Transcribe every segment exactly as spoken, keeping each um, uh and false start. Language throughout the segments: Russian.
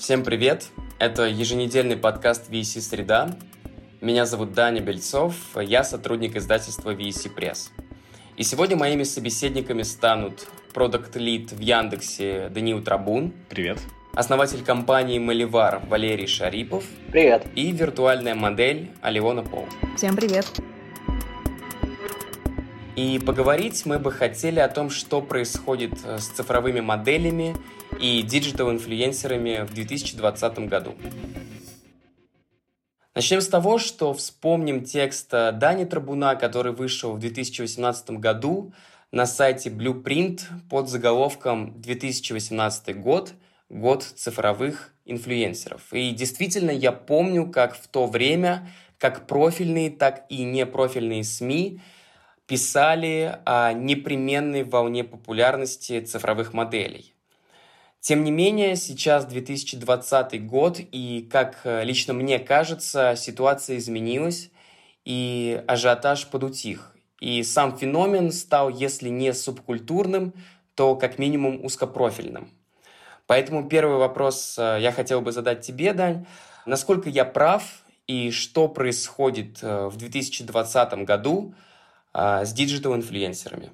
Всем привет! Это еженедельный подкаст ви и си «Среда». Меня зовут Даня Бельцов, я сотрудник издательства ви и си Press. И сегодня моими собеседниками станут продакт-лид в Яндексе Даниил Трабун. Привет. Основатель компании Маливар Валерий Шарипов. Привет. И виртуальная модель Алена Пол. Всем привет. И поговорить мы бы хотели о том, что происходит с цифровыми моделями и диджитал-инфлюенсерами в две тысячи двадцатом году. Начнем с того, что вспомним текст Дани Трабуна, который вышел в две тысячи восемнадцатом году на сайте Blueprint под заголовком «две тысячи восемнадцатый год. Год цифровых инфлюенсеров». И действительно, я помню, как в то время как профильные, так и непрофильные СМИ писали о непременной волне популярности цифровых моделей. Тем не менее, сейчас две тысячи двадцатый год, и, как лично мне кажется, ситуация изменилась, и ажиотаж подутих. И сам феномен стал, если не субкультурным, то как минимум узкопрофильным. Поэтому первый вопрос я хотел бы задать тебе, Дань. Насколько я прав, и что происходит в две тысячи двадцатом году с диджитал-инфлюенсерами?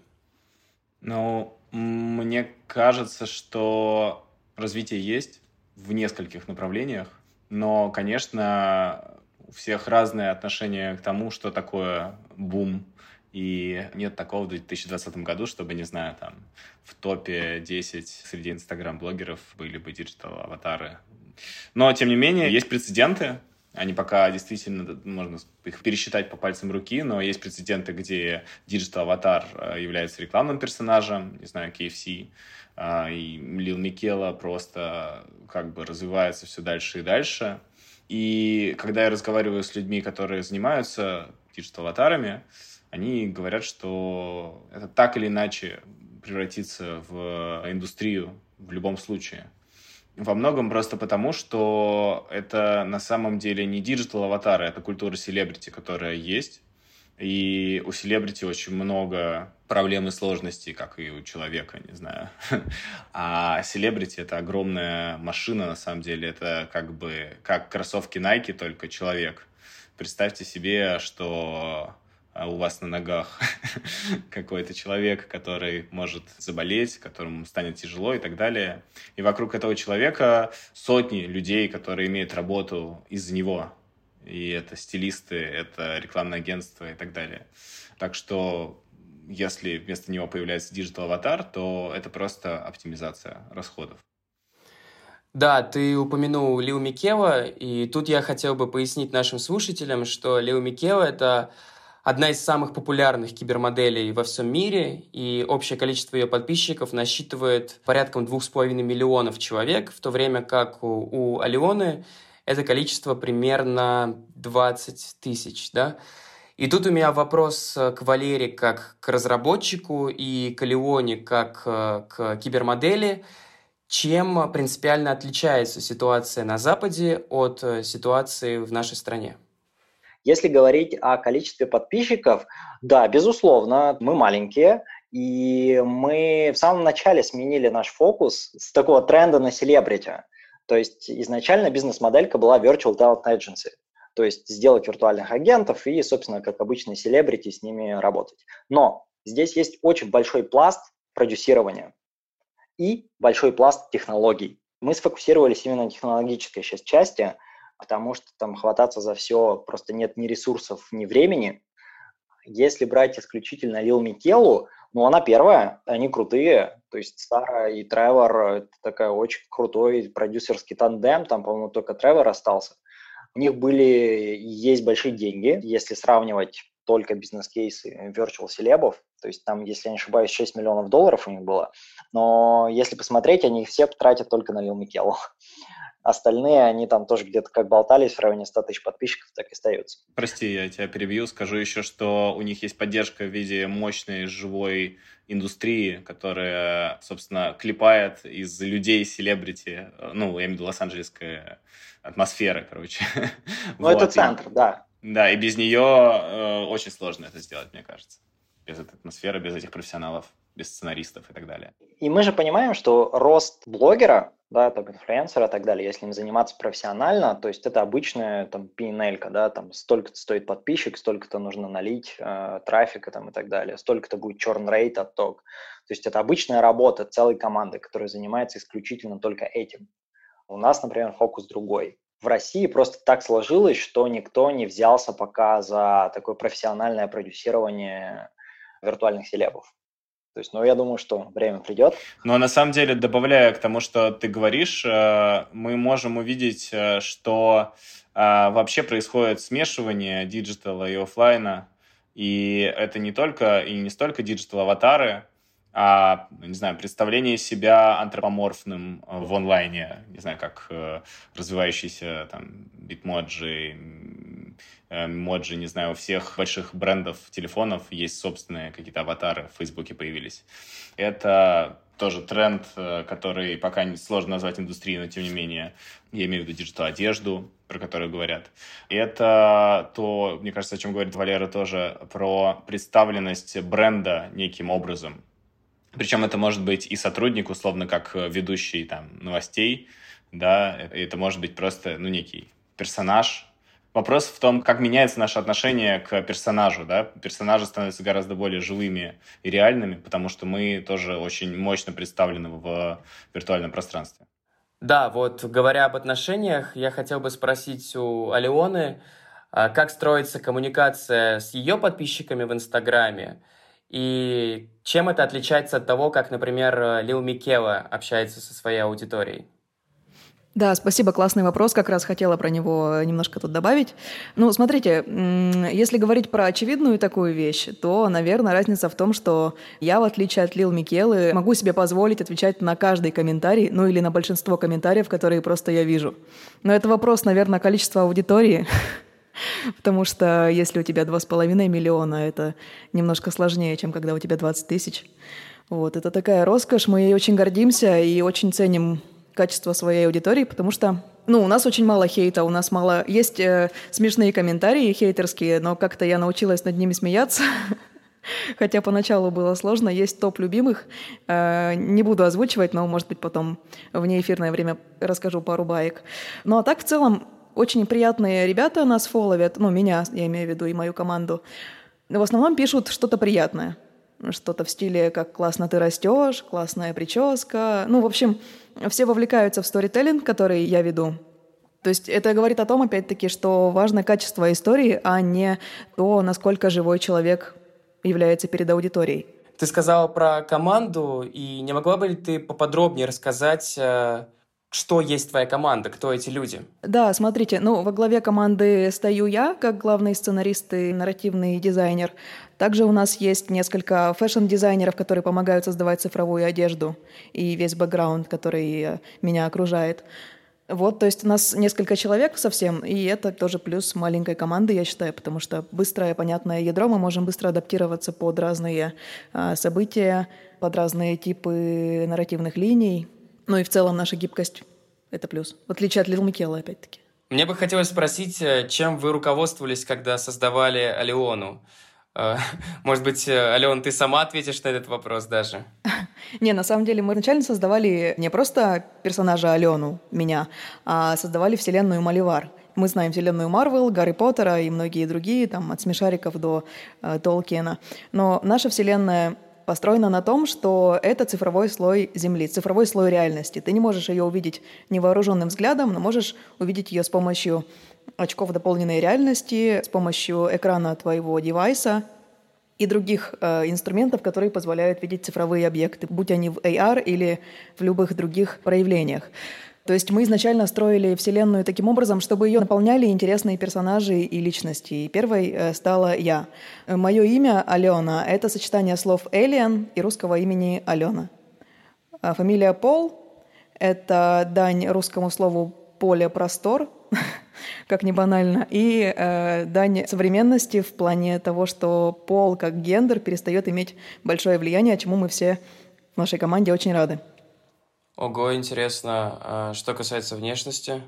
Ну, мне кажется, что развитие есть в нескольких направлениях, но, конечно, у всех разное отношение к тому, что такое бум, и нет такого в две тысячи двадцатом году, чтобы, не знаю, там в топе десять среди инстаграм-блогеров были бы диджитал-аватары. Но, тем не менее, есть прецеденты. Они пока действительно, можно их пересчитать по пальцам руки, но есть прецеденты, где диджитал-аватар является рекламным персонажем, не знаю, кей эф си, и Лил Микела просто как бы развивается все дальше и дальше. И когда я разговариваю с людьми, которые занимаются диджитал-аватарами, они говорят, что это так или иначе превратится в индустрию в любом случае. Во многом просто потому, что это на самом деле не диджитал-аватары, это культура селебрити, которая есть. И у селебрити очень много проблем и сложностей, как и у человека, не знаю. А селебрити — это огромная машина, на самом деле. Это как бы как кроссовки Nike, только человек. Представьте себе, что у вас на ногах какой-то человек, который может заболеть, которому станет тяжело и так далее. И вокруг этого человека сотни людей, которые имеют работу из-за него. И это стилисты, это рекламное агентство и так далее. Так что если вместо него появляется диджитал-аватар, то это просто оптимизация расходов. Да, ты упомянул Лил Микела, и тут я хотел бы пояснить нашим слушателям, что Лил Микела — это одна из самых популярных кибермоделей во всем мире, и общее количество ее подписчиков насчитывает порядком двух с половиной миллионов человек, в то время как у, у Алены это количество примерно двадцать тысяч, да? И тут у меня вопрос к Валере как к разработчику и к Алене как к кибермодели. Чем принципиально отличается ситуация на Западе от ситуации в нашей стране? Если говорить о количестве подписчиков, да, безусловно, мы маленькие, и мы в самом начале сменили наш фокус с такого тренда на селебрити. То есть изначально бизнес-моделька была Virtual Talent Agency, то есть сделать виртуальных агентов и, собственно, как обычные селебрити, с ними работать. Но здесь есть очень большой пласт продюсирования и большой пласт технологий. Мы сфокусировались именно на технологической сейчас части, потому что там хвататься за все просто нет ни ресурсов, ни времени. Если брать исключительно Лил Микелу, ну, она первая, они крутые. То есть Сара и Тревор – это такой очень крутой продюсерский тандем, там, по-моему, только Тревор остался. У них были и есть большие деньги, если сравнивать только бизнес-кейсы virtual селебов. То есть там, если я не ошибаюсь, шесть миллионов долларов у них было. Но если посмотреть, они все тратят только на Лил Микелу. Остальные, они там тоже где-то как болтались в районе ста тысяч подписчиков, так и остаются. Прости, я тебя перебью. Скажу еще, что у них есть поддержка в виде мощной живой индустрии, которая, собственно, клепает из людей селебрити, ну, я имею в виду лос-анджелесская атмосфера, короче. Ну, вот. Это центр, да. Да, и без нее э, очень сложно это сделать, мне кажется. Без этой атмосферы, без этих профессионалов, без сценаристов и так далее. И мы же понимаем, что рост блогера да, топ-инфлюенсера и так далее, если им заниматься профессионально, то есть это обычная там пи эн эл, да, там столько-то стоит подписчик, столько-то нужно налить э, трафика там и так далее, столько-то будет churn rate, отток. То есть это обычная работа целой команды, которая занимается исключительно только этим. У нас, например, фокус другой. В России просто так сложилось, что никто не взялся пока за такое профессиональное продюсирование виртуальных селебов. То есть, ну, я думаю, что время придет. Но на самом деле, добавляя к тому, что ты говоришь, мы можем увидеть, что вообще происходит смешивание диджитала и офлайна. И это не только и не столько диджитал-аватары, а, не знаю, представление себя антропоморфным в онлайне, не знаю, как развивающийся там Bitmoji, Моджи, не знаю, у всех больших брендов телефонов есть собственные какие-то аватары, в Фейсбуке появились. Это тоже тренд, который пока сложно назвать индустрией, но тем не менее, я имею в виду диджитал-одежду, про которую говорят. И это то, мне кажется, о чем говорит Валера тоже, про представленность бренда неким образом. Причем это может быть и сотрудник, условно, как ведущий там новостей, да, это может быть просто, ну, некий персонаж. Вопрос в том, как меняется наше отношение к персонажу, да, персонажи становятся гораздо более живыми и реальными, потому что мы тоже очень мощно представлены в виртуальном пространстве. Да, вот говоря об отношениях, я хотел бы спросить у Алены, как строится коммуникация с ее подписчиками в Инстаграме, и чем это отличается от того, как, например, Лил Микела общается со своей аудиторией? Да, спасибо, классный вопрос, как раз хотела про него немножко тут добавить. Ну, смотрите, если говорить про очевидную такую вещь, то, наверное, разница в том, что я, в отличие от Лил Микелы, могу себе позволить отвечать на каждый комментарий, ну или на большинство комментариев, которые просто я вижу. Но это вопрос, наверное, количества аудитории, потому что если у тебя два с половиной миллиона, это немножко сложнее, чем когда у тебя двадцать тысяч. Вот, это такая роскошь, мы ей очень гордимся и очень ценим качество своей аудитории, потому что, ну, у нас очень мало хейта, у нас мало... Есть э, смешные комментарии хейтерские, но как-то я научилась над ними смеяться, хотя поначалу было сложно. Есть топ любимых, э, не буду озвучивать, но, может быть, потом в неэфирное время расскажу пару баек. Ну, а так, в целом, очень приятные ребята нас фолловят, ну, меня, я имею в виду, и мою команду. В основном пишут что-то приятное. Что-то в стиле «как классно ты растешь», «классная прическа». Ну, в общем, все вовлекаются в сторителлинг, который я веду. То есть это говорит о том, опять-таки, что важно качество истории, а не то, насколько живой человек является перед аудиторией. Ты сказала про команду, и не могла бы ли ты поподробнее рассказать, что есть твоя команда, кто эти люди? Да, смотрите, ну, во главе команды стою я, как главный сценарист и нарративный дизайнер. Также у нас есть несколько фэшн-дизайнеров, которые помогают создавать цифровую одежду и весь бэкграунд, который меня окружает. Вот, то есть у нас несколько человек совсем, и это тоже плюс маленькой команды, я считаю, потому что быстрое, понятное ядро, мы можем быстро адаптироваться под разные а, события, под разные типы нарративных линий. Ну и в целом наша гибкость — это плюс, в отличие от Лил Микелы, опять-таки. Мне бы хотелось спросить, чем вы руководствовались, когда создавали Алену? Может быть, Алена, ты сама ответишь на этот вопрос даже? Не, на самом деле мы изначально создавали не просто персонажа Алену, меня, а создавали вселенную Маливар. Мы знаем вселенную Марвел, Гарри Поттера и многие другие, там, от смешариков до э, Толкиена. Но наша вселенная построена на том, что это цифровой слой Земли, цифровой слой реальности. Ты не можешь ее увидеть невооруженным взглядом, но можешь увидеть ее с помощью очков дополненной реальности, с помощью экрана твоего девайса и других э, инструментов, которые позволяют видеть цифровые объекты, будь они в эй ар или в любых других проявлениях. То есть мы изначально строили вселенную таким образом, чтобы ее наполняли интересные персонажи и личности. И первой э, стала я. Мое имя Алена — это сочетание слов «alien» и русского имени Алена. А фамилия Пол — это дань русскому слову «поле», «простор», как ни банально, и э, дань современности в плане того, что пол как гендер перестает иметь большое влияние, чему мы все в нашей команде очень рады. Ого, интересно. А что касается внешности?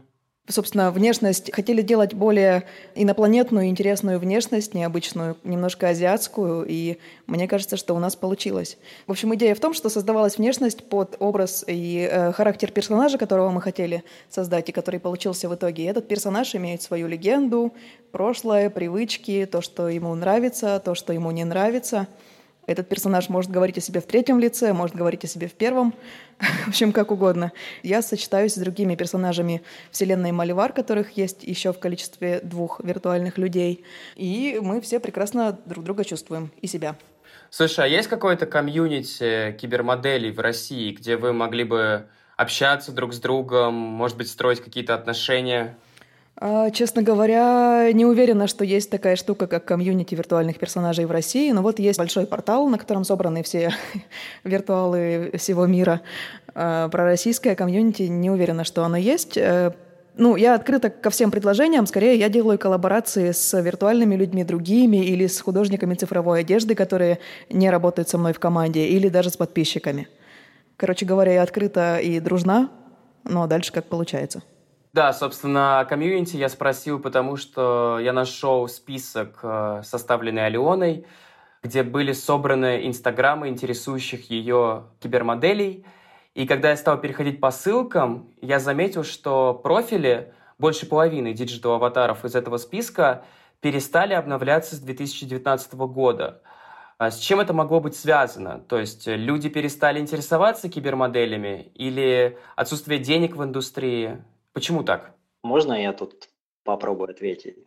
собственно, внешность, хотели делать более инопланетную, интересную внешность, необычную, немножко азиатскую, и мне кажется, что у нас получилось. В общем, идея в том, что создавалась внешность под образ и э, характер персонажа, которого мы хотели создать, и который получился в итоге. И этот персонаж имеет свою легенду, прошлое, привычки, то, что ему нравится, то, что ему не нравится. Этот персонаж может говорить о себе в третьем лице, может говорить о себе в первом, в общем, как угодно. Я сочетаюсь с другими персонажами вселенной Маливар, которых есть еще в количестве двух виртуальных людей, и мы все прекрасно друг друга чувствуем и себя. Слушай, а есть какое-то комьюнити кибермоделей в России, где вы могли бы общаться друг с другом, может быть, строить какие-то отношения? Честно говоря, не уверена, что есть такая штука, как комьюнити виртуальных персонажей в России, но вот есть большой портал, на котором собраны все виртуалы всего мира. Про российское комьюнити не уверена, что оно есть. Ну, я открыта ко всем предложениям. Скорее, я делаю коллаборации с виртуальными людьми другими или с художниками цифровой одежды, которые не работают со мной в команде, или даже с подписчиками. Короче говоря, я открыта и дружна, но дальше как получается. Да, собственно, комьюнити я спросил, потому что я нашел список, составленный Аленой, где были собраны инстаграмы интересующих ее кибермоделей. И когда я стал переходить по ссылкам, я заметил, что профили, больше половины диджитал-аватаров из этого списка, перестали обновляться с две тысячи девятнадцатого года. С чем это могло быть связано? То есть люди перестали интересоваться кибермоделями или отсутствие денег в индустрии? Почему так? Можно я тут попробую ответить?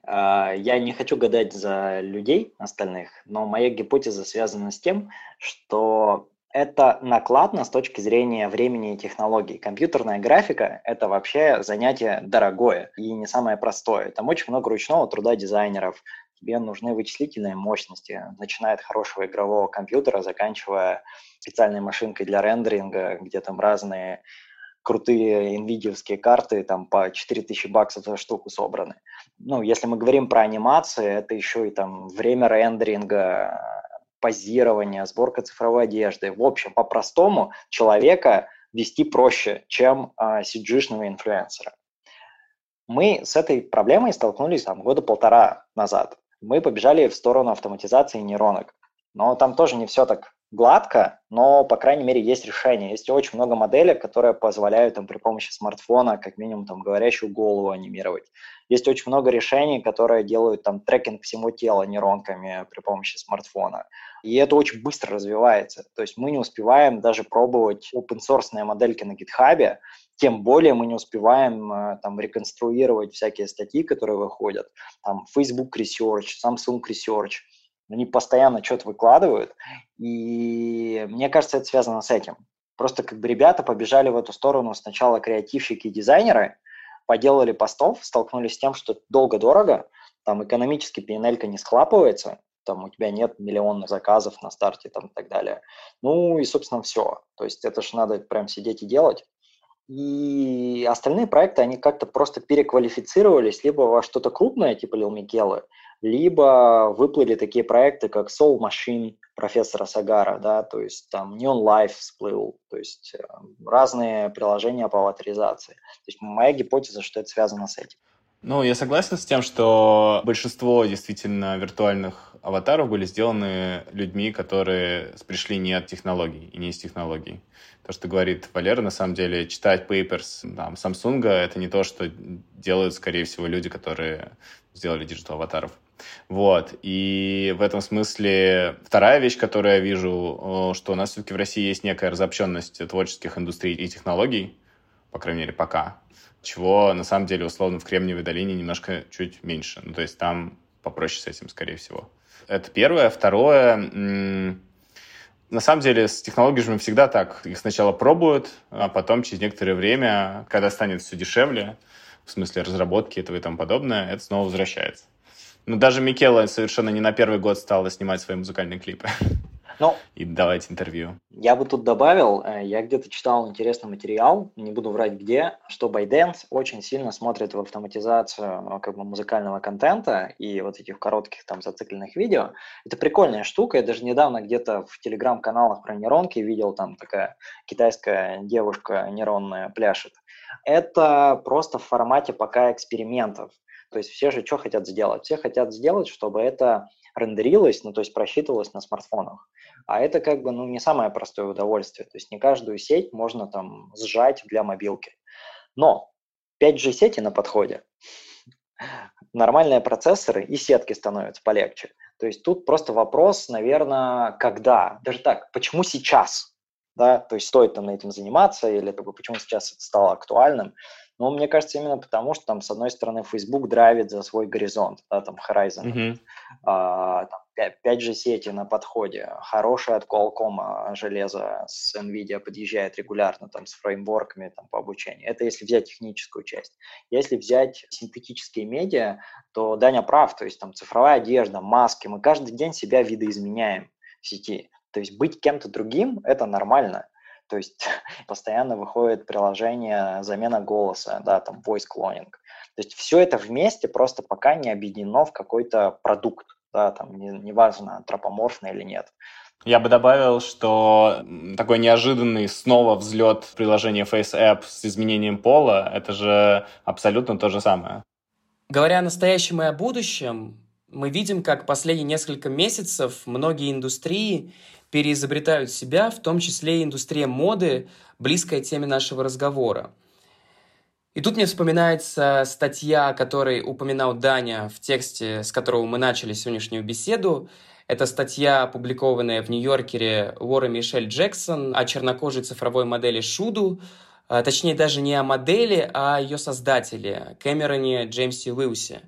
Я не хочу гадать за людей остальных, но моя гипотеза связана с тем, что это накладно с точки зрения времени и технологий. Компьютерная графика – это вообще занятие дорогое и не самое простое. Там очень много ручного труда дизайнеров. Тебе нужны вычислительные мощности, начиная от хорошего игрового компьютера, заканчивая специальной машинкой для рендеринга, где там разные крутые NVIDIA-вские карты, там по четыре тысячи баксов за штуку собраны. Ну, если мы говорим про анимации, это еще и там время рендеринга, позирование, сборка цифровой одежды. В общем, по-простому человека вести проще, чем э, си джи-шного инфлюенсера. Мы с этой проблемой столкнулись там года полтора назад. Мы побежали в сторону автоматизации нейронок. Но там тоже не все так гладко, но, по крайней мере, есть решение. Есть очень много моделей, которые позволяют там, при помощи смартфона как минимум там, говорящую голову анимировать. Есть очень много решений, которые делают там, трекинг всего тела нейронками при помощи смартфона. И это очень быстро развивается. То есть мы не успеваем даже пробовать open-source модельки на GitHub, тем более мы не успеваем там, реконструировать всякие статьи, которые выходят. Там Facebook Research, Samsung Research. Они постоянно что-то выкладывают, и мне кажется, это связано с этим. Просто как бы ребята побежали в эту сторону, сначала креативщики и дизайнеры, поделали постов, столкнулись с тем, что долго-дорого, там экономически пи эн эль-ка не схлапывается, там у тебя нет миллионных заказов на старте там, и так далее. Ну и, собственно, все. То есть это же надо прям сидеть и делать. И остальные проекты, они как-то просто переквалифицировались либо во что-то крупное, типа Lil Miquela, либо выплыли такие проекты, как Soul Machine профессора Сагара, да, то есть там Neon Life всплыл, то есть э, разные приложения по аватаризации. То есть моя гипотеза, что это связано с этим. Ну, я согласен с тем, что большинство действительно виртуальных аватаров были сделаны людьми, которые пришли не от технологий и не из технологий. То, что говорит Валера, на самом деле, читать papers там, Samsung — это не то, что делают, скорее всего, люди, которые сделали диджитал-аватаров. Вот. И в этом смысле вторая вещь, которую я вижу, что у нас все-таки в России есть некая разобщенность творческих индустрий и технологий, по крайней мере, пока, чего, на самом деле, условно, в Кремниевой долине немножко чуть меньше. Ну, то есть там попроще с этим, скорее всего. Это первое. Второе, м- на самом деле, с технологиями всегда так. Их сначала пробуют, а потом через некоторое время, когда станет все дешевле, в смысле разработки этого и тому подобное, это снова возвращается. Но даже Микела совершенно не на первый год стала снимать свои музыкальные клипы. Ну, и давать интервью. Я бы тут добавил, э, я где-то читал интересный материал, не буду врать где, что ByteDance очень сильно смотрит в автоматизацию э, как бы музыкального контента и вот этих коротких там зацикленных видео. Это прикольная штука, я даже недавно где-то в телеграм-каналах про нейронки видел, там такая китайская девушка нейронная пляшет. Это просто в формате пока экспериментов. То есть все же что хотят сделать? Все хотят сделать, чтобы это рендерилось, ну то есть просчитывалось на смартфонах. А это как бы ну, не самое простое удовольствие. То есть не каждую сеть можно там сжать для мобилки. Но пять джи сети на подходе, нормальные процессоры и сетки становятся полегче. То есть тут просто вопрос, наверное, когда. Даже так, почему сейчас? Да? То есть стоит там этим заниматься или как бы, почему сейчас это стало актуальным? Но мне кажется, именно потому, что там, с одной стороны, Facebook драйвит за свой горизонт, да, там Horizon, Mm-hmm. а, там, пять джи сети на подходе, хорошее от Qualcomm железо с NVIDIA подъезжает регулярно там, с фреймворками там, по обучению. Это если взять техническую часть. Если взять синтетические медиа, то Даня прав, то есть там цифровая одежда, маски, мы каждый день себя видоизменяем в сети. То есть быть кем-то другим – это нормально. То есть постоянно выходит приложение замена голоса, да, там voice cloning. То есть все это вместе просто пока не объединено в какой-то продукт, да, там неважно, не антропоморфный или нет. Я бы добавил, что такой неожиданный снова взлет приложения FaceApp с изменением пола – это же абсолютно то же самое. Говоря о настоящем и о будущем, мы видим, как последние несколько месяцев многие индустрии переизобретают себя, в том числе и индустрия моды, близкая теме нашего разговора. И тут мне вспоминается статья, о которой упоминал Даня в тексте, с которого мы начали сегодняшнюю беседу. Это статья, опубликованная в Нью-Йоркере Лорой Мишель Джексон о чернокожей цифровой модели Шуду, точнее даже не о модели, а о ее создателе Кэмероне Джеймсе Уиллсе.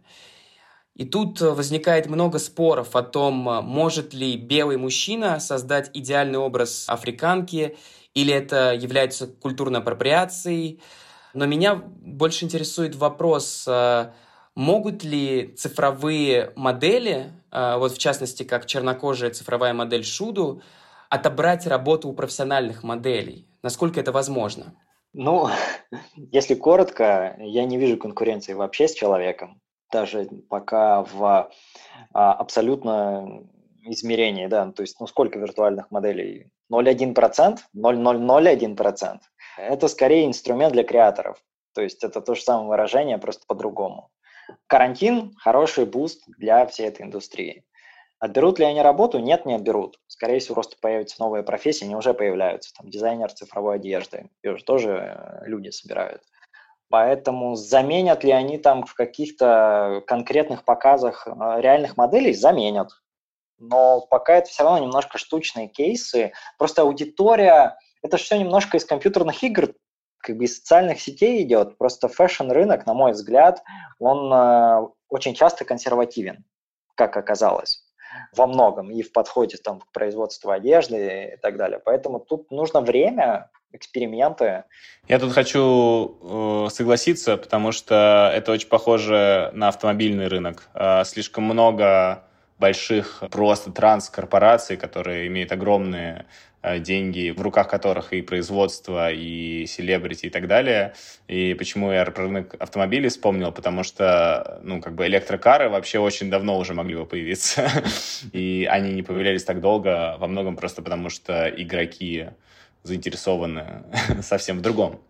И тут возникает много споров о том, может ли белый мужчина создать идеальный образ африканки, или это является культурной апроприацией. Но меня больше интересует вопрос, могут ли цифровые модели, вот в частности, как чернокожая цифровая модель Шуду, отобрать работу у профессиональных моделей? Насколько это возможно? Ну, если коротко, я не вижу конкуренции вообще с человеком. Даже пока в а, абсолютно измерении, да, то есть, ну, сколько виртуальных моделей? ноль целых один десятых процента, ноль целых ноль ноль один процент. Это скорее инструмент для креаторов, то есть это то же самое выражение, просто по-другому. Карантин – хороший буст для всей этой индустрии. Отберут ли они работу? Нет, не отберут. Скорее всего, просто появятся новые профессии, они уже появляются. Там дизайнер цифровой одежды, ее же тоже люди собирают. Поэтому заменят ли они там в каких-то конкретных показах реальных моделей? Заменят. Но пока это все равно немножко штучные кейсы. Просто аудитория, это же все немножко из компьютерных игр, как бы из социальных сетей идет. Просто фэшн-рынок, на мой взгляд, он э, очень часто консервативен, как оказалось, во многом. И в подходе там, к производству одежды и так далее. Поэтому тут нужно время, эксперименты. Я тут хочу э, согласиться, потому что это очень похоже на автомобильный рынок. Э, слишком много больших просто транскорпораций, которые имеют огромные э, деньги, в руках которых и производство, и селебрити, и так далее. И почему я про рынок автомобилей вспомнил? Потому что, ну, как бы электрокары вообще очень давно уже могли бы появиться. И они не появлялись так долго, во многом просто потому, что игроки заинтересованы совсем в другом.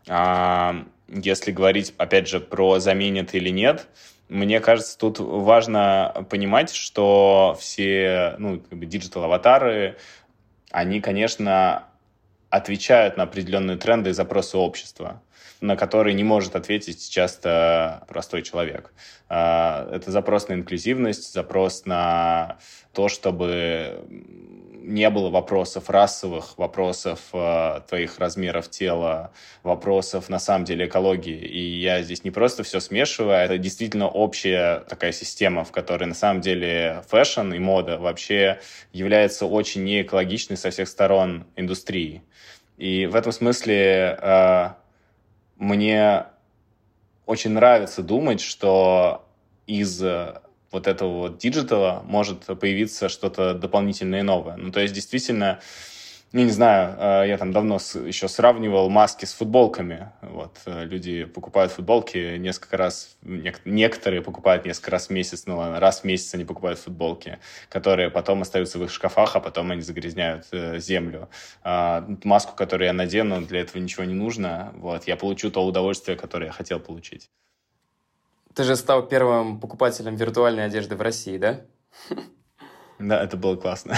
А если говорить, опять же, про заменят или нет, мне кажется, тут важно понимать, что все, ну, как бы диджитал-аватары, они, конечно, отвечают на определенные тренды и запросы общества, на которые не может ответить часто простой человек. Это запрос на инклюзивность, запрос на то, чтобы не было вопросов расовых, вопросов э, твоих размеров тела, вопросов, на самом деле, экологии. И я здесь не просто все смешиваю, это действительно общая такая система, в которой, на самом деле, фэшн и мода вообще является очень неэкологичной со всех сторон индустрией. И в этом смысле э, мне очень нравится думать, что из вот этого вот диджитала может появиться что-то дополнительное и новое. Ну, то есть, действительно, ну, не знаю, я там давно еще сравнивал маски с футболками. Вот, люди покупают футболки несколько раз, некоторые покупают несколько раз в месяц, ну ладно, раз в месяц они покупают футболки, которые потом остаются в их шкафах, а потом они загрязняют землю. А маску, которую я надену, для этого ничего не нужно. Вот, я получу то удовольствие, которое я хотел получить. Ты же стал первым покупателем виртуальной одежды в России, да? Да, это было классно.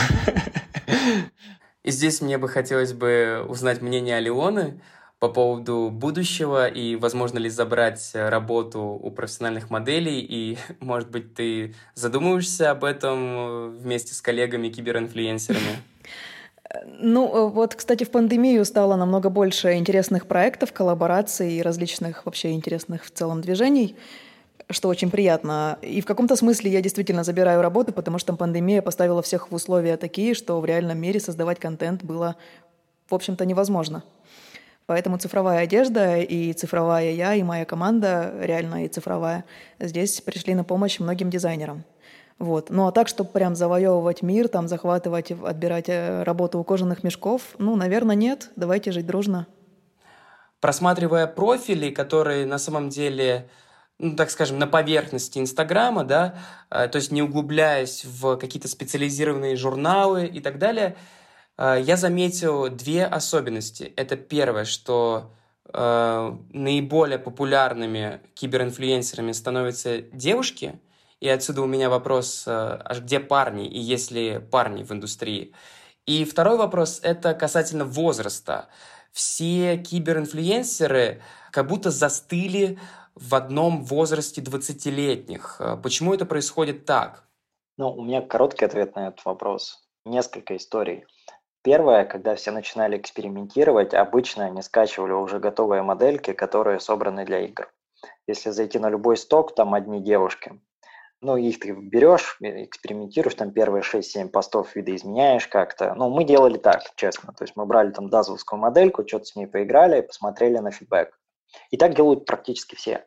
И здесь мне бы хотелось бы узнать мнение Алены по поводу будущего и возможно ли забрать работу у профессиональных моделей. И, может быть, ты задумываешься об этом вместе с коллегами-киберинфлюенсерами? Ну, вот, кстати, в пандемию стало намного больше интересных проектов, коллабораций и различных вообще интересных в целом движений, что очень приятно. И в каком-то смысле я действительно забираю работу, потому что пандемия поставила всех в условия такие, что в реальном мире создавать контент было, в общем-то, невозможно. Поэтому цифровая одежда и цифровая я, и моя команда, реально и цифровая, здесь пришли на помощь многим дизайнерам. Вот. Ну а так, чтобы прям завоевывать мир, там, захватывать, отбирать работу у кожаных мешков, ну, наверное, нет. Давайте жить дружно. Просматривая профили, которые на самом деле... ну, так скажем, на поверхности Инстаграма, да, то есть не углубляясь в какие-то специализированные журналы и так далее, я заметил две особенности. Это первое, что э, наиболее популярными киберинфлюенсерами становятся девушки, и отсюда у меня вопрос, э, аж где парни, и есть ли парни в индустрии. И второй вопрос, это касательно возраста. Все киберинфлюенсеры как будто застыли в одном возрасте двадцатилетних. Почему это происходит так? Ну, у меня короткий ответ на этот вопрос. Несколько историй. Первое, когда все начинали экспериментировать, обычно они скачивали уже готовые модельки, которые собраны для игр. Если зайти на любой сток, там одни девушки. Ну, их ты берешь, экспериментируешь, там первые шесть-семь постов видоизменяешь как-то. Ну, мы делали так, честно. То есть мы брали там дазовскую модельку, что-то с ней поиграли, посмотрели на фидбэк. И так делают практически все.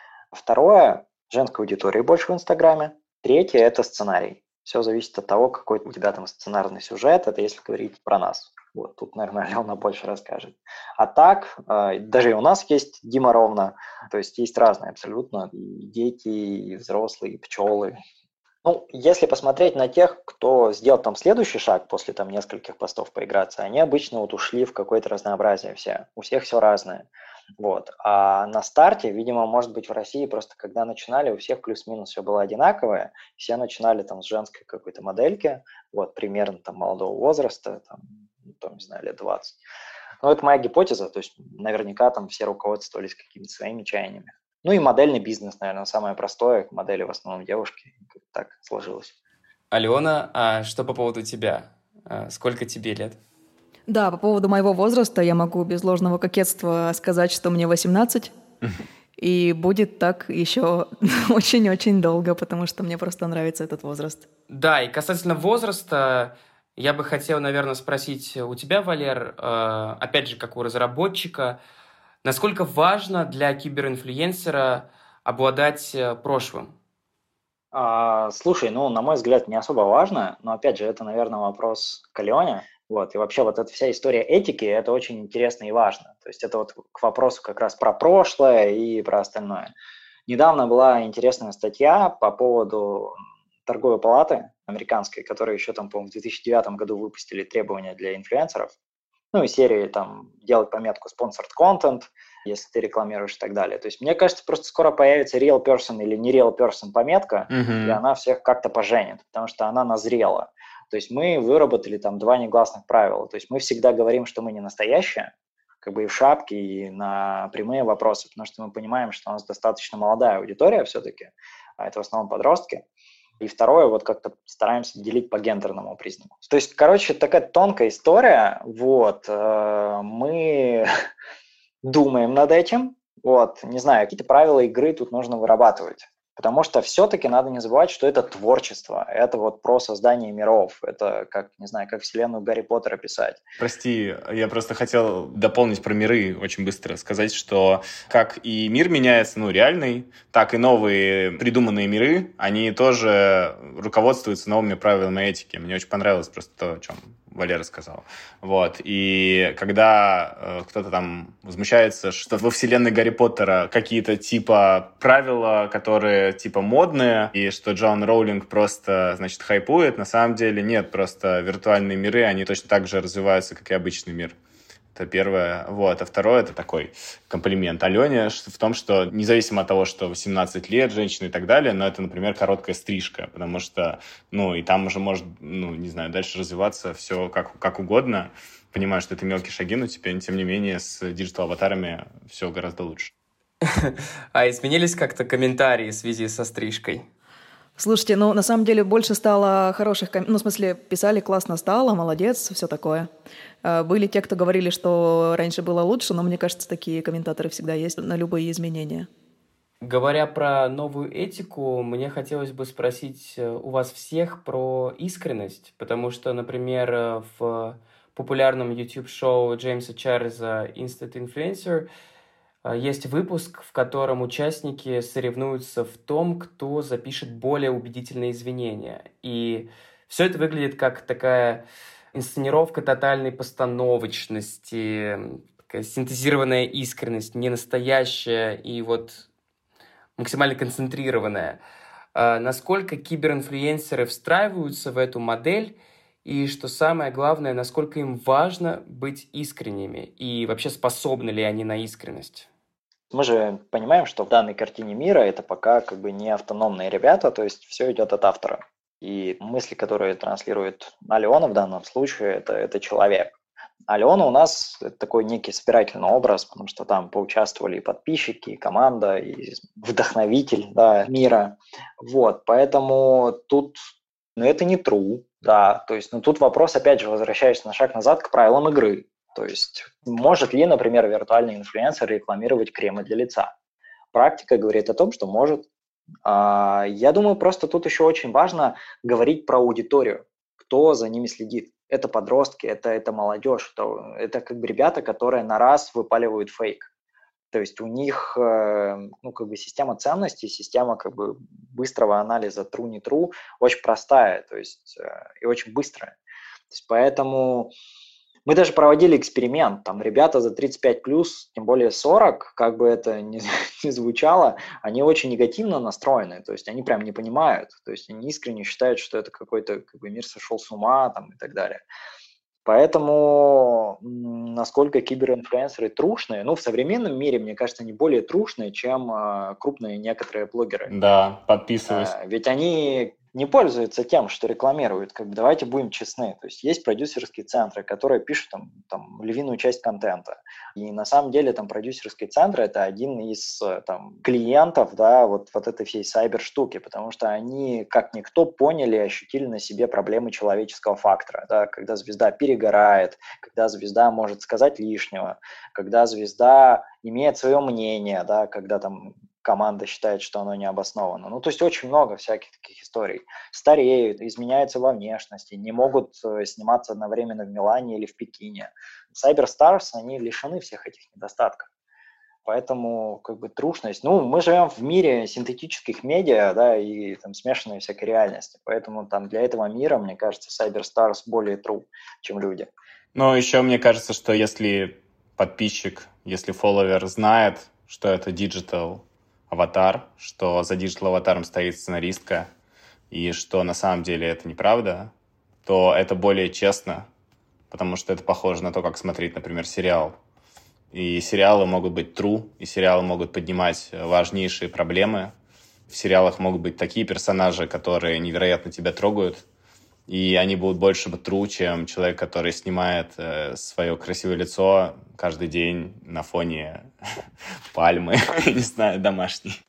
Второе, женской аудитории больше в Инстаграме. Третье – это сценарий. Все зависит от того, какой у тебя там сценарный сюжет. Это если говорить про нас. Вот, тут, наверное, Алена больше расскажет. А так, даже и у нас есть Дима Ровно. То есть есть разные абсолютно. И дети, и взрослые, и пчелы. Ну, если посмотреть на тех, кто сделал там следующий шаг после там нескольких постов поиграться, они обычно вот ушли в какое-то разнообразие все. У всех все разное. Вот. А на старте, видимо, может быть, в России просто когда начинали, у всех плюс-минус все было одинаковое. Все начинали там с женской какой-то модельки, вот, примерно там молодого возраста, там, там, не знаю, лет двадцать. Но это моя гипотеза, то есть наверняка там все руководствовались какими-то своими чаяниями. Ну и модельный бизнес, наверное, самое простое. Модели в основном девушки. Так сложилось. Алена, а что по поводу тебя? Сколько тебе лет? Да, по поводу моего возраста я могу без ложного кокетства сказать, что мне восемнадцать. И будет так еще очень-очень долго, потому что мне просто нравится этот возраст. Да, и касательно возраста, я бы хотел, наверное, спросить у тебя, Валер, опять же, как у разработчика, насколько важно для киберинфлюенсера обладать прошлым? А, слушай, ну, на мой взгляд, не особо важно, но, опять же, это, наверное, вопрос к Алене. Вот, и вообще вот эта вся история этики, это очень интересно и важно. То есть это вот к вопросу как раз про прошлое и про остальное. Недавно была интересная статья по поводу торговой палаты американской, которая еще там, по-моему, в две тысячи девятом году выпустили требования для инфлюенсеров. Ну и серии там делать пометку sponsored content, если ты рекламируешь и так далее. То есть мне кажется, просто скоро появится real person или не real person пометка, mm-hmm. и она всех как-то поженит, потому что она назрела. То есть мы выработали там два негласных правила. То есть мы всегда говорим, что мы не настоящие, как бы и в шапке, и на прямые вопросы, потому что мы понимаем, что у нас достаточно молодая аудитория все-таки, а это в основном подростки. И второе, вот как-то стараемся делить по гендерному признаку. То есть, короче, такая тонкая история. Вот, мы думаем над этим. Вот, не знаю, какие-то правила игры тут нужно вырабатывать. Потому что все-таки надо не забывать, что это творчество, это вот про создание миров, это как, не знаю, как вселенную Гарри Поттера писать. Прости, я просто хотел дополнить про миры очень быстро, сказать, что как и мир меняется, ну, реальный, так и новые придуманные миры, они тоже руководствуются новыми правилами этики. Мне очень понравилось просто то, о чем Валера сказал. Вот. И когда э, кто-то там возмущается, что во вселенной Гарри Поттера какие-то типа правила, которые типа модные, и что Джон Роулинг просто, значит, хайпует, на самом деле нет, просто виртуальные миры, они точно так же развиваются, как и обычный мир. Это первое. Вот. А второе, это такой комплимент Алене в том, что независимо от того, что восемнадцать лет, женщина и так далее, но это, например, короткая стрижка, потому что, ну, и там уже может, ну, не знаю, дальше развиваться все как, как угодно. Понимаю, что это мелкие шаги, но теперь, тем не менее, с диджитал-аватарами все гораздо лучше. А изменились как-то комментарии в связи со стрижкой? Слушайте, ну, на самом деле больше стало хороших... ком- Ну, в смысле, писали классно стало, молодец, все такое. Э, Были те, кто говорили, что раньше было лучше, но мне кажется, такие комментаторы всегда есть на любые изменения. Говоря про новую этику, мне хотелось бы спросить э, у вас всех про искренность, потому что, например, э, в популярном YouTube-шоу Джеймса Чарльза Instant Influencer э, есть выпуск, в котором участники соревнуются в том, кто запишет более убедительные извинения. И все это выглядит как такая инсценировка тотальной постановочности, м, такая синтезированная искренность, не настоящая и вот максимально концентрированная. А насколько киберинфлюенсеры встраиваются в эту модель, и, что самое главное, насколько им важно быть искренними, и вообще способны ли они на искренность? Мы же понимаем, что в данной картине мира это пока как бы не автономные ребята, то есть все идет от автора. И мысли, которые транслирует Алена в данном случае, это, это человек. Алена у нас это такой некий собирательный образ, потому что там поучаствовали и подписчики, и команда, и вдохновитель, да, мира. Вот, поэтому тут, ну, это не true, да, то есть, ну, тут вопрос, опять же, возвращаясь на шаг назад к правилам игры. То есть, может ли, например, виртуальный инфлюенсер рекламировать кремы для лица? Практика говорит о том, что может. А, Я думаю, просто тут еще очень важно говорить про аудиторию, кто за ними следит. Это подростки, это, это молодежь, это, это как бы ребята, которые на раз выпаливают фейк. То есть у них э, ну, как бы система ценностей, система как бы быстрого анализа true не true очень простая, то есть э, и очень быстрая. То есть поэтому мы даже проводили эксперимент, там ребята за тридцать пять плюс, тем более сорок, как бы это ни, ни звучало, они очень негативно настроены, то есть они прям не понимают, то есть они искренне считают, что это какой-то как бы мир сошел с ума там, и так далее. Поэтому м, насколько киберинфлюенсеры трушные, ну, в современном мире, мне кажется, они более трушные, чем э, крупные некоторые блогеры. Да, подписываюсь. Э, Ведь они не пользуются тем, что рекламируют. Как бы давайте будем честны. То есть есть продюсерские центры, которые пишут там, там львиную часть контента. И на самом деле там продюсерские центры – это один из э, там, клиентов, да, вот, вот этой всей сайбер-штуки, потому что они, как никто, поняли и ощутили на себе проблемы человеческого фактора. Да, когда звезда перегорает, когда звезда может сказать лишнего, когда звезда имеет свое мнение, да, когда там команда считает, что оно не обосновано. Ну, то есть очень много всяких таких историй. Стареют, изменяются во внешности, не могут э, сниматься одновременно в Милане или в Пекине. Cyberstars, они лишены всех этих недостатков. Поэтому как бы трушность. Ну, мы живем в мире синтетических медиа, да, и там смешанной всякой реальности. Поэтому там для этого мира, мне кажется, Cyberstars более true, чем люди. Но еще мне кажется, что если подписчик, если фолловер знает, что это диджитал аватар, что за диджитал-аватаром стоит сценаристка, и что на самом деле это неправда, то это более честно, потому что это похоже на то, как смотреть, например, сериал. И сериалы могут быть true, и сериалы могут поднимать важнейшие проблемы. В сериалах могут быть такие персонажи, которые невероятно тебя трогают, и они будут больше true, чем человек, который снимает э, свое красивое лицо каждый день на фоне пальмы, не знаю, домашней.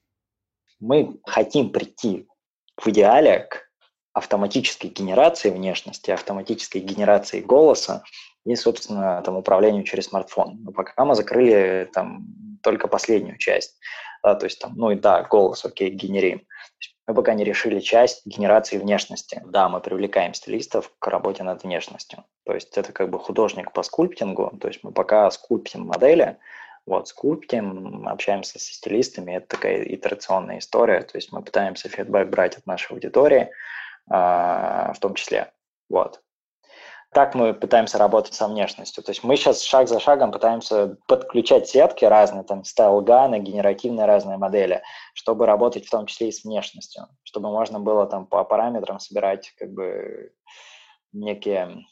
Мы хотим прийти в идеале к автоматической генерации внешности, автоматической генерации голоса, и, собственно, там управлению через смартфон. Но пока мы закрыли там только последнюю часть. Да, то есть там, ну и да, голос, окей, генерим. Мы пока не решили часть генерации внешности. Да, мы привлекаем стилистов к работе над внешностью. То есть это как бы художник по скульптингу. То есть мы пока скульптим модели, вот, скульптим, общаемся со стилистами. Это такая итерационная история. То есть мы пытаемся фидбэк брать от нашей аудитории, в том числе. Вот. Так мы пытаемся работать со внешностью. То есть мы сейчас шаг за шагом пытаемся подключать сетки разные, там, стайл-ганы, генеративные разные модели, чтобы работать в том числе и с внешностью, чтобы можно было там по параметрам собирать как бы некие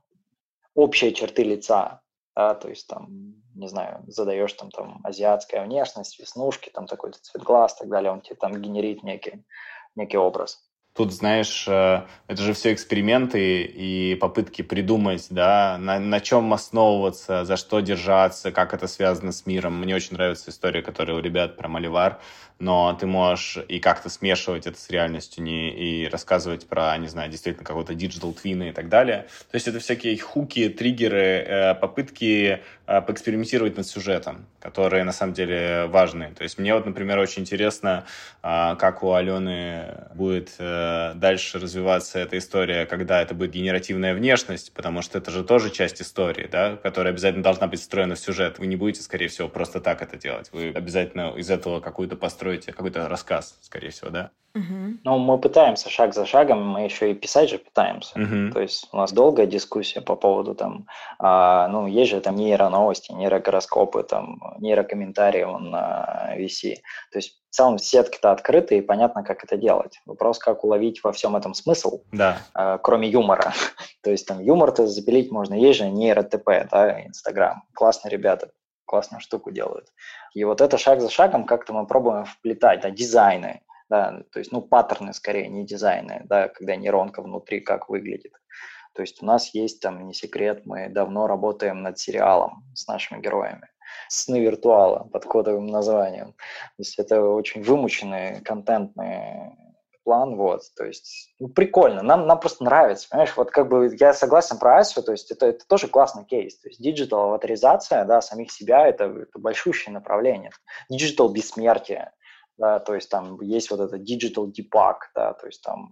общие черты лица. Да, то есть там, не знаю, задаешь там, там азиатская внешность, веснушки, там такой-то цвет глаз и так далее, он тебе там генерит некий, некий образ. Тут, знаешь, это же все эксперименты и попытки придумать, да, на, на чем основываться, за что держаться, как это связано с миром. Мне очень нравится история, которая у ребят про Маливар, но ты можешь и как-то смешивать это с реальностью не, и рассказывать про, не знаю, действительно какого-то диджитал твина и так далее. То есть это всякие хуки, триггеры, попытки поэкспериментировать над сюжетом, которые на самом деле важны. То есть мне вот, например, очень интересно, как у Алены будет дальше развиваться эта история, когда это будет генеративная внешность, потому что это же тоже часть истории, да, которая обязательно должна быть встроена в сюжет. Вы не будете, скорее всего, просто так это делать. Вы обязательно из этого какую-то построите, какой-то рассказ, скорее всего, да? Uh-huh. Ну, мы пытаемся шаг за шагом, мы еще и писать же пытаемся. Uh-huh. То есть у нас долгая дискуссия по поводу там, а, ну, есть же там нейроновости, нейрогороскопы, там, нейрокомментарии на ви си. То есть в целом сетки-то открыты, и понятно, как это делать. Вопрос, как уловить во всем этом смысл, да. а, кроме юмора. То есть там юмор-то запилить можно, есть же нейро-ТП, да, Инстаграм. Классные ребята, классную штуку делают. И вот это шаг за шагом как-то мы пробуем вплетать, да, дизайны. Да, то есть, ну, паттерны скорее, не дизайны, да, когда нейронка внутри как выглядит. То есть у нас есть там, не секрет, мы давно работаем над сериалом с нашими героями. «Сны виртуала» под кодовым названием. То есть это очень вымученный контентный план, вот, то есть, ну, прикольно, нам, нам просто нравится, понимаешь, вот как бы я согласен про Асю, то есть это, это тоже классный кейс, то есть диджитал-аватаризация, да, самих себя, это, это большущее направление, диджитал-бессмертие. Да, то есть там есть вот это digital debug, да, то есть там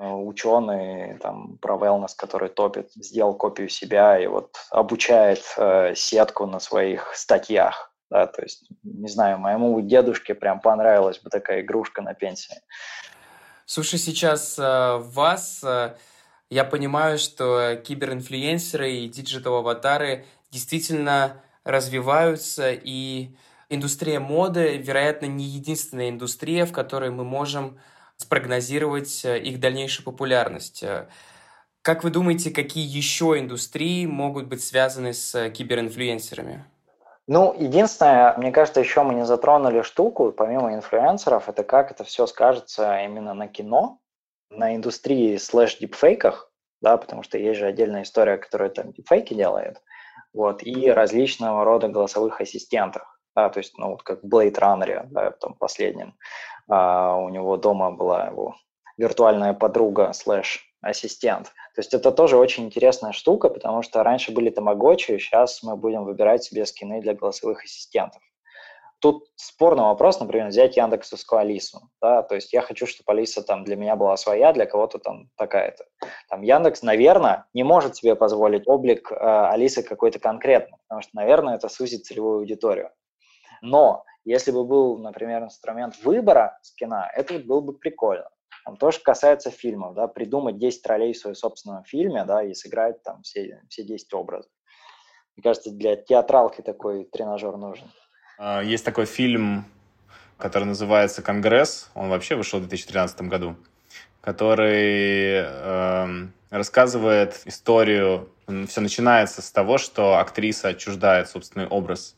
ученый там про wellness, который топит, сделал копию себя и вот обучает э, сетку на своих статьях, да, то есть, не знаю, моему дедушке прям понравилась бы такая игрушка на пенсии. Слушай, сейчас э, вас, э, я понимаю, что киберинфлюенсеры и диджитал-аватары действительно развиваются, и индустрия моды, вероятно, не единственная индустрия, в которой мы можем спрогнозировать их дальнейшую популярность. Как вы думаете, какие еще индустрии могут быть связаны с киберинфлюенсерами? Ну, единственное, мне кажется, еще мы не затронули штуку, помимо инфлюенсеров, это как это все скажется именно на кино, на индустрии слэш-дипфейках, да, потому что есть же отдельная история, которая там дипфейки делает, вот, и различного рода голосовых ассистентах. Да, то есть, ну, вот как в Blade Runner, да, там последнем, а, у него дома была его виртуальная подруга слэш-ассистент. То есть это тоже очень интересная штука, потому что раньше были тамагочи, сейчас мы будем выбирать себе скины для голосовых ассистентов. Тут спорный вопрос, например, взять Яндексовскую Алису. Да, то есть я хочу, чтобы Алиса там для меня была своя, для кого-то там такая-то. Там Яндекс, наверное, не может себе позволить облик э, Алисы какой-то конкретный, потому что, наверное, это сузит целевую аудиторию. Но если бы был, например, инструмент выбора скина, это было бы прикольно. Там то, что касается фильмов, да, придумать десять ролей в своем собственном фильме, да, и сыграть там все, все десять образов. Мне кажется, для театралки такой тренажер нужен. Есть такой фильм, который называется «Конгресс», он вообще вышел в две тысячи тринадцатом году, который э, рассказывает историю, все начинается с того, что актриса отчуждает собственный образ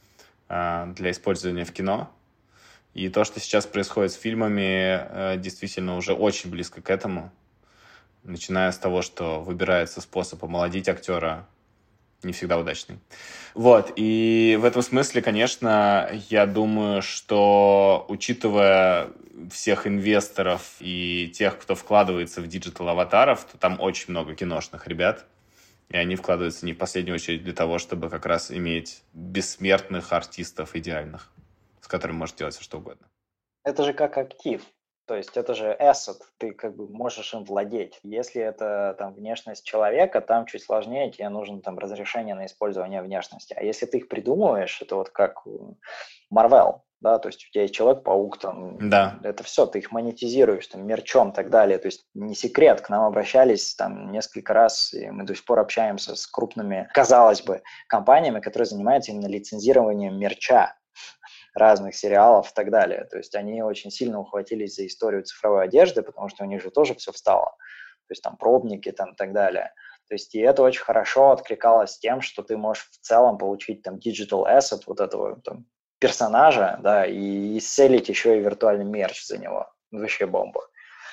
для использования в кино. И то, что сейчас происходит с фильмами, действительно уже очень близко к этому. Начиная с того, что выбирается способ омолодить актера, не всегда удачный. Вот, и в этом смысле, конечно, я думаю, что, учитывая всех инвесторов и тех, кто вкладывается в диджитал-аватаров, то там очень много киношных ребят. И они вкладываются не в последнюю очередь для того, чтобы как раз иметь бессмертных артистов идеальных, с которыми можно делать все что угодно. Это же как актив. То есть это же asset, ты как бы можешь им владеть. Если это там внешность человека, там чуть сложнее, тебе нужно там разрешение на использование внешности. А если ты их придумываешь, это вот как Marvel, да, то есть у тебя есть Человек-паук, там, да. Это все, ты их монетизируешь, там, мерчом и так далее. То есть не секрет, к нам обращались там несколько раз, и мы до сих пор общаемся с крупными, казалось бы, компаниями, которые занимаются именно лицензированием мерча разных сериалов и так далее. То есть они очень сильно ухватились за историю цифровой одежды, потому что у них же тоже все встало. То есть там пробники там и так далее. То есть и это очень хорошо откликалось тем, что ты можешь в целом получить там digital asset вот этого там персонажа, да, и исцелить еще и виртуальный мерч за него. Вообще бомба.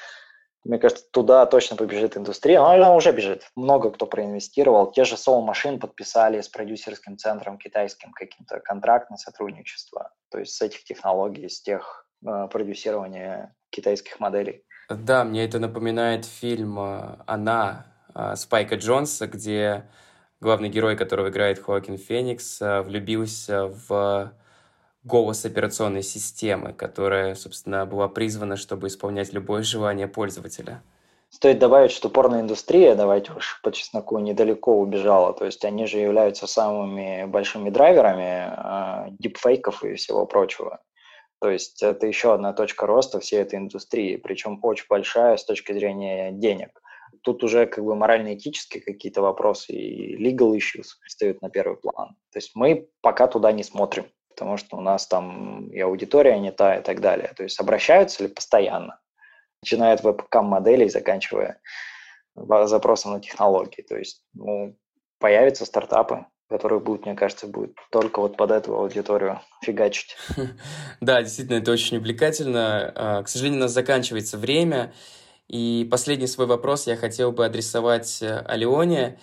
Мне кажется, туда точно побежит индустрия, но она уже бежит. Много кто проинвестировал. Те же Soul Machine подписали с продюсерским центром китайским каким-то контракт на сотрудничество. То есть с этих технологий, с тех э, продюсирования китайских моделей. Да, мне это напоминает фильм «Она» Спайка Джонса, где главный герой, которого играет Хоакин Феникс, влюбился в голос операционной системы, которая, собственно, была призвана, чтобы исполнять любое желание пользователя. Стоит добавить, что порноиндустрия, давайте уж по чесноку, недалеко убежала. То есть они же являются самыми большими драйверами э, дипфейков и всего прочего. То есть это еще одна точка роста всей этой индустрии, причем очень большая с точки зрения денег. Тут уже как бы морально-этические какие-то вопросы и legal issues встают на первый план. То есть мы пока туда не смотрим, потому что у нас там и аудитория не та и так далее. То есть обращаются ли постоянно, начиная от веб-кам-моделей, заканчивая запросом на технологии. То есть ну, появятся стартапы, которые будут, мне кажется, будут только вот под эту аудиторию фигачить. Да, действительно, это очень увлекательно. К сожалению, у нас заканчивается время. И последний свой вопрос я хотел бы адресовать Алене.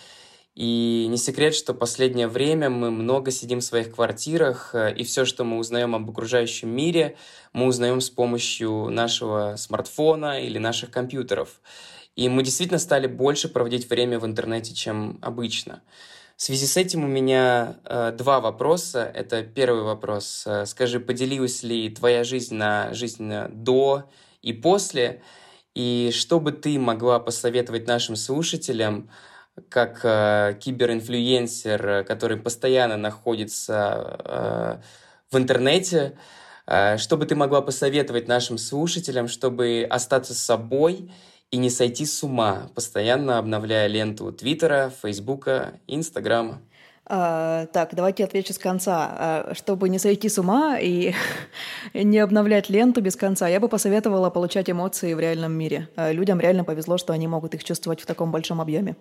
И не секрет, что последнее время мы много сидим в своих квартирах, и все, что мы узнаем об окружающем мире, мы узнаем с помощью нашего смартфона или наших компьютеров. И мы действительно стали больше проводить время в интернете, чем обычно. В связи с этим у меня э, два вопроса. Это первый вопрос. Скажи, поделилась ли твоя жизнь на жизнь до и после? И что бы ты могла посоветовать нашим слушателям, как э, киберинфлюенсер, который постоянно находится э, в интернете, э, что бы ты могла посоветовать нашим слушателям, чтобы остаться собой и не сойти с ума, постоянно обновляя ленту Твиттера, Фейсбука, Инстаграма? А, так, давайте отвечу с конца. А, чтобы не сойти с ума и не обновлять ленту без конца, я бы посоветовала получать эмоции в реальном мире. А, людям реально повезло, что они могут их чувствовать в таком большом объеме.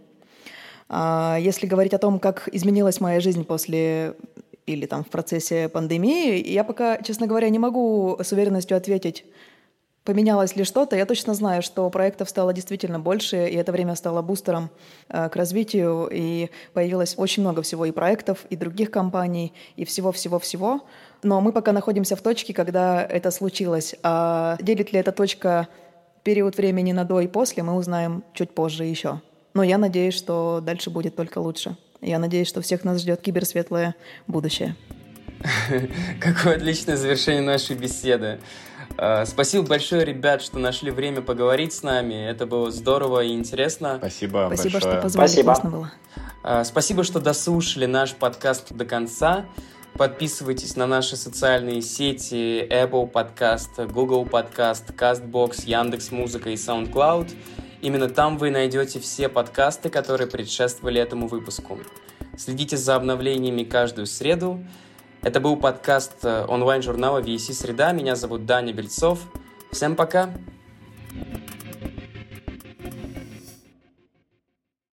А, если говорить о том, как изменилась моя жизнь после или там в процессе пандемии, я пока, честно говоря, не могу с уверенностью ответить, поменялось ли что-то. Я точно знаю, что проектов стало действительно больше, и это время стало бустером э, к развитию, и появилось очень много всего и проектов, и других компаний, и всего-всего-всего. Но мы пока находимся в точке, когда это случилось. А делит ли эта точка период времени на до и после, мы узнаем чуть позже еще. Но я надеюсь, что дальше будет только лучше. Я надеюсь, что всех нас ждет киберсветлое будущее. Какое отличное завершение нашей беседы. Спасибо большое, ребят, что нашли время поговорить с нами. Это было здорово и интересно. Спасибо, Спасибо, большое. что позвали. Спасибо. Классно было. Спасибо, что дослушали наш подкаст до конца. Подписывайтесь на наши социальные сети Apple Podcast, Google Podcast, CastBox, Яндекс.Музыка и SoundCloud. Именно там вы найдете все подкасты, которые предшествовали этому выпуску. Следите за обновлениями каждую среду. Это был подкаст онлайн-журнала ви эс си «Среда». Меня зовут Даня Бельцов. Всем пока!